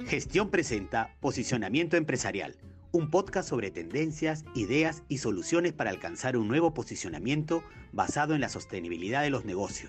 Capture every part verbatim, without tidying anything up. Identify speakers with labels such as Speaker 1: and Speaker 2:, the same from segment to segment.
Speaker 1: Gestión presenta Posicionamiento Empresarial, un podcast sobre tendencias, ideas y soluciones para alcanzar un nuevo posicionamiento basado en la sostenibilidad de los negocios.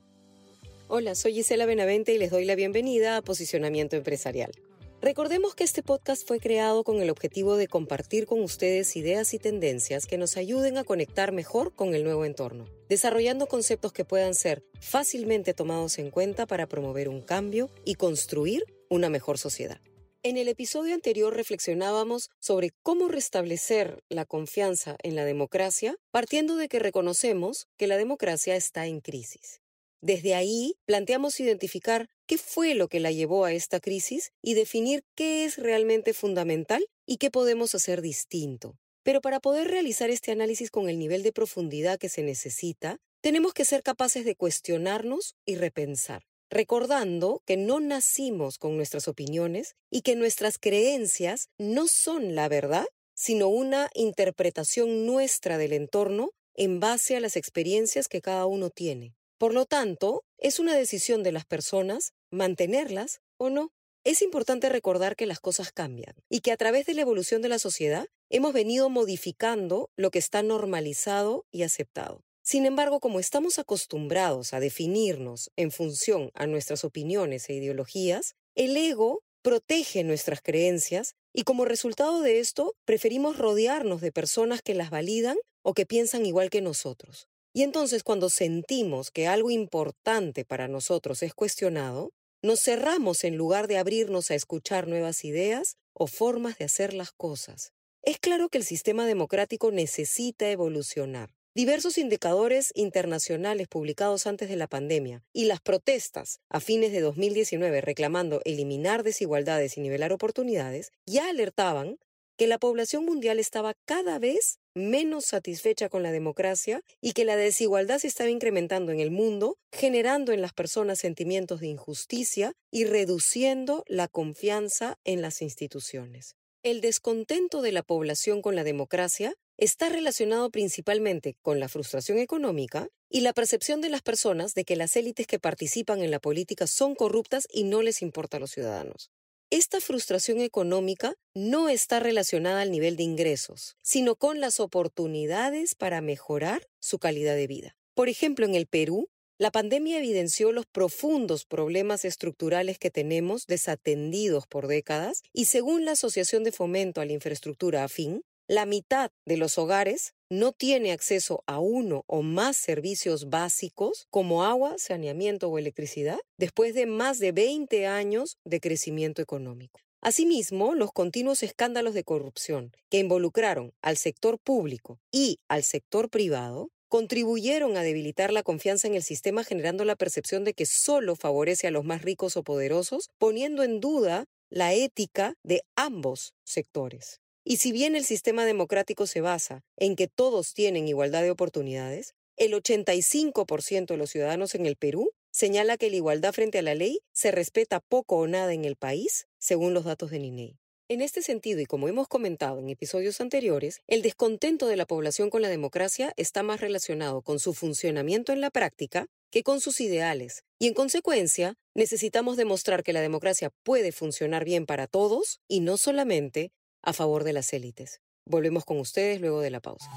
Speaker 2: Hola, soy Gisela Benavente y les doy la bienvenida a Posicionamiento Empresarial. Recordemos que este podcast fue creado con el objetivo de compartir con ustedes ideas y tendencias que nos ayuden a conectar mejor con el nuevo entorno, desarrollando conceptos que puedan ser fácilmente tomados en cuenta para promover un cambio y construir una mejor sociedad. En el episodio anterior reflexionábamos sobre cómo restablecer la confianza en la democracia, partiendo de que reconocemos que la democracia está en crisis. Desde ahí, planteamos identificar qué fue lo que la llevó a esta crisis y definir qué es realmente fundamental y qué podemos hacer distinto. Pero para poder realizar este análisis con el nivel de profundidad que se necesita, tenemos que ser capaces de cuestionarnos y repensar, recordando que no nacimos con nuestras opiniones y que nuestras creencias no son la verdad, sino una interpretación nuestra del entorno en base a las experiencias que cada uno tiene. Por lo tanto, es una decisión de las personas mantenerlas o no. Es importante recordar que las cosas cambian y que a través de la evolución de la sociedad hemos venido modificando lo que está normalizado y aceptado. Sin embargo, como estamos acostumbrados a definirnos en función a nuestras opiniones e ideologías, el ego protege nuestras creencias y como resultado de esto preferimos rodearnos de personas que las validan o que piensan igual que nosotros. Y entonces cuando sentimos que algo importante para nosotros es cuestionado, nos cerramos en lugar de abrirnos a escuchar nuevas ideas o formas de hacer las cosas. Es claro que el sistema democrático necesita evolucionar. Diversos indicadores internacionales publicados antes de la pandemia y las protestas a fines de dos mil diecinueve reclamando eliminar desigualdades y nivelar oportunidades ya alertaban que la población mundial estaba cada vez menos satisfecha con la democracia y que la desigualdad se estaba incrementando en el mundo, generando en las personas sentimientos de injusticia y reduciendo la confianza en las instituciones. El descontento de la población con la democracia está relacionado principalmente con la frustración económica y la percepción de las personas de que las élites que participan en la política son corruptas y no les importa a los ciudadanos. Esta frustración económica no está relacionada al nivel de ingresos, sino con las oportunidades para mejorar su calidad de vida. Por ejemplo, en el Perú, la pandemia evidenció los profundos problemas estructurales que tenemos desatendidos por décadas y según la Asociación de Fomento a la Infraestructura AFIN, la mitad de los hogares no tiene acceso a uno o más servicios básicos como agua, saneamiento o electricidad después de más de veinte años de crecimiento económico. Asimismo, los continuos escándalos de corrupción que involucraron al sector público y al sector privado contribuyeron a debilitar la confianza en el sistema, generando la percepción de que solo favorece a los más ricos o poderosos, poniendo en duda la ética de ambos sectores. Y si bien el sistema democrático se basa en que todos tienen igualdad de oportunidades, el ochenta y cinco por ciento de los ciudadanos en el Perú señala que la igualdad frente a la ley se respeta poco o nada en el país, según los datos del I N E I. En este sentido, y como hemos comentado en episodios anteriores, el descontento de la población con la democracia está más relacionado con su funcionamiento en la práctica que con sus ideales. Y en consecuencia, necesitamos demostrar que la democracia puede funcionar bien para todos y no solamente a favor de las élites. Volvemos con ustedes luego de la pausa.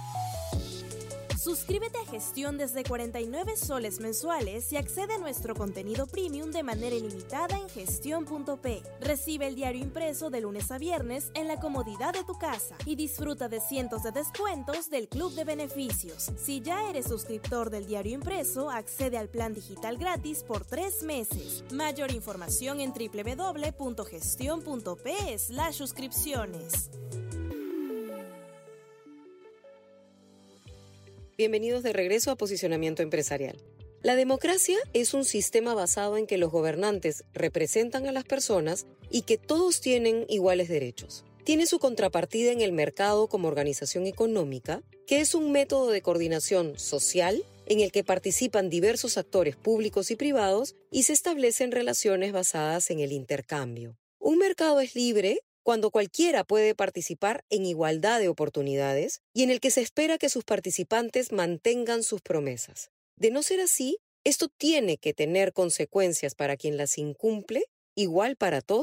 Speaker 3: Suscríbete a Gestión desde cuarenta y nueve soles mensuales y accede a nuestro contenido premium de manera ilimitada en gestión punto pe. Recibe el diario impreso de lunes a viernes en la comodidad de tu casa y disfruta de cientos de descuentos del Club de Beneficios. Si ya eres suscriptor del diario impreso, accede al plan digital gratis por tres meses. Mayor información en doble u doble u doble u punto gestión punto pe slash suscripciones.
Speaker 2: Bienvenidos de regreso a Posicionamiento Empresarial. La democracia es un sistema basado en que los gobernantes representan a las personas y que todos tienen iguales derechos. Tiene su contrapartida en el mercado como organización económica, que es un método de coordinación social en el que participan diversos actores públicos y privados y se establecen relaciones basadas en el intercambio. Un mercado es libre cuando cualquiera puede participar en igualdad de oportunidades y en el que se espera que sus participantes mantengan sus promesas. De no ser así, esto tiene que tener consecuencias para quien las incumple, igual para todos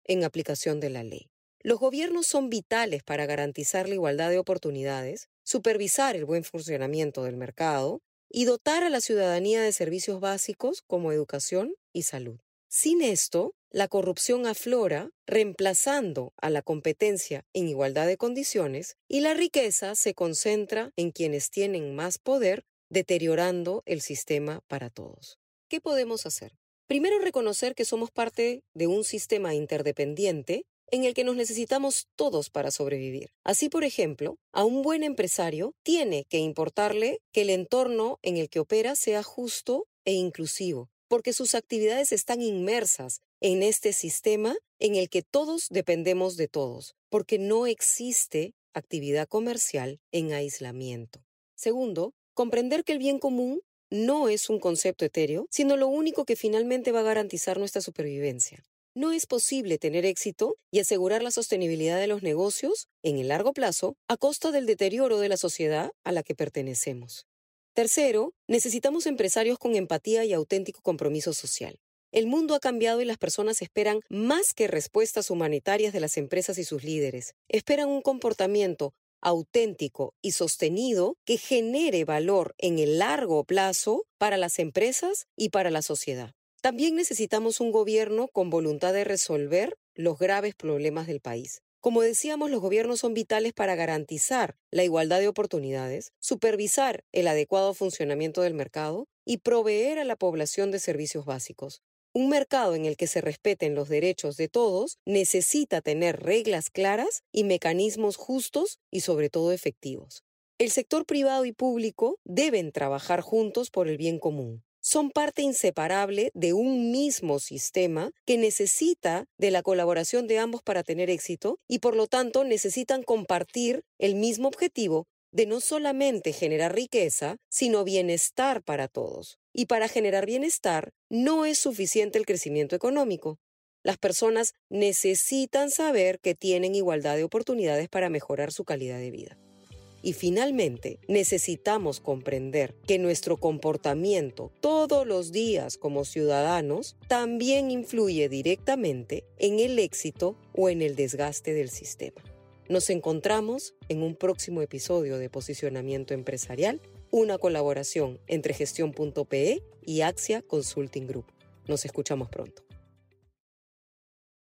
Speaker 2: en aplicación de la ley. Los gobiernos son vitales para garantizar la igualdad de oportunidades, supervisar el buen funcionamiento del mercado y dotar a la ciudadanía de servicios básicos como educación y salud. Sin esto, la corrupción aflora, reemplazando a la competencia en igualdad de condiciones, y la riqueza se concentra en quienes tienen más poder, deteriorando el sistema para todos. ¿Qué podemos hacer? Primero, reconocer que somos parte de un sistema interdependiente en el que nos necesitamos todos para sobrevivir. Así, por ejemplo, a un buen empresario tiene que importarle que el entorno en el que opera sea justo e inclusivo, porque sus actividades están inmersas en este sistema en el que todos dependemos de todos, porque no existe actividad comercial en aislamiento. Segundo, comprender que el bien común no es un concepto etéreo, sino lo único que finalmente va a garantizar nuestra supervivencia. No es posible tener éxito y asegurar la sostenibilidad de los negocios en el largo plazo a costa del deterioro de la sociedad a la que pertenecemos. Tercero, necesitamos empresarios con empatía y auténtico compromiso social. El mundo ha cambiado y las personas esperan más que respuestas humanitarias de las empresas y sus líderes. Esperan un comportamiento auténtico y sostenido que genere valor en el largo plazo para las empresas y para la sociedad. También necesitamos un gobierno con voluntad de resolver los graves problemas del país. Como decíamos, los gobiernos son vitales para garantizar la igualdad de oportunidades, supervisar el adecuado funcionamiento del mercado y proveer a la población de servicios básicos. Un mercado en el que se respeten los derechos de todos necesita tener reglas claras y mecanismos justos y sobre todo efectivos. El sector privado y público deben trabajar juntos por el bien común. Son parte inseparable de un mismo sistema que necesita de la colaboración de ambos para tener éxito y por lo tanto necesitan compartir el mismo objetivo de no solamente generar riqueza, sino bienestar para todos. Y para generar bienestar no es suficiente el crecimiento económico. Las personas necesitan saber que tienen igualdad de oportunidades para mejorar su calidad de vida. Y finalmente, necesitamos comprender que nuestro comportamiento todos los días como ciudadanos también influye directamente en el éxito o en el desgaste del sistema. Nos encontramos en un próximo episodio de Posicionamiento Empresarial, una colaboración entre gestión punto pe y Axia Consulting Group. Nos escuchamos pronto.